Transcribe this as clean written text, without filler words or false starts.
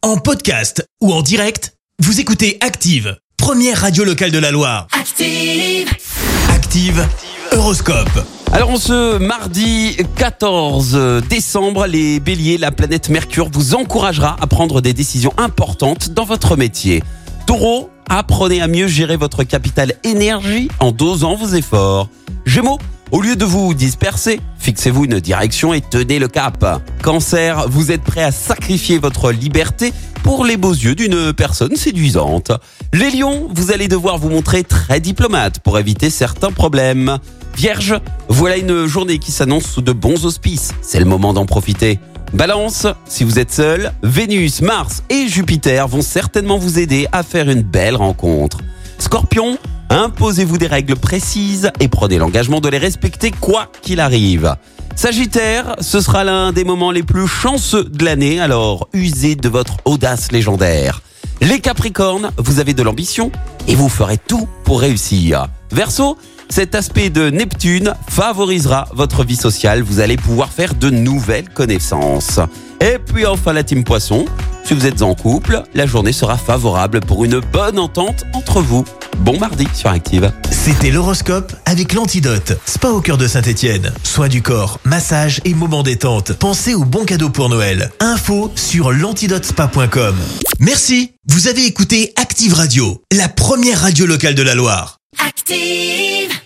En podcast ou en direct, vous écoutez Active, première radio locale de la Loire. Active, Active Horoscope. Alors en ce mardi 14 décembre, les béliers, la planète Mercure vous encouragera à prendre des décisions importantes dans votre métier. Taureau, apprenez à mieux gérer votre capital énergie en dosant vos efforts. Gémeaux, au lieu de vous disperser, fixez-vous une direction et tenez le cap. Cancer, vous êtes prêt à sacrifier votre liberté pour les beaux yeux d'une personne séduisante. Les lions, vous allez devoir vous montrer très diplomate pour éviter certains problèmes. Vierge, voilà une journée qui s'annonce sous de bons auspices. C'est le moment d'en profiter. Balance, si vous êtes seul, Vénus, Mars et Jupiter vont certainement vous aider à faire une belle rencontre. Scorpion, imposez-vous des règles précises et prenez l'engagement de les respecter quoi qu'il arrive. Sagittaire, ce sera l'un des moments les plus chanceux de l'année, alors usez de votre audace légendaire. Les Capricornes, vous avez de l'ambition et vous ferez tout pour réussir. Verseau, cet aspect de Neptune favorisera votre vie sociale, vous allez pouvoir faire de nouvelles connaissances. Et puis enfin la team Poisson, si vous êtes en couple, la journée sera favorable pour une bonne entente entre vous. Bon mardi sur Active. C'était l'horoscope avec l'Antidote, spa au cœur de Saint-Étienne. Soins du corps, massage et moments détente. Pensez aux bons cadeaux pour Noël. Info sur l'antidotespa.com. Merci, vous avez écouté Active Radio, la première radio locale de la Loire. active.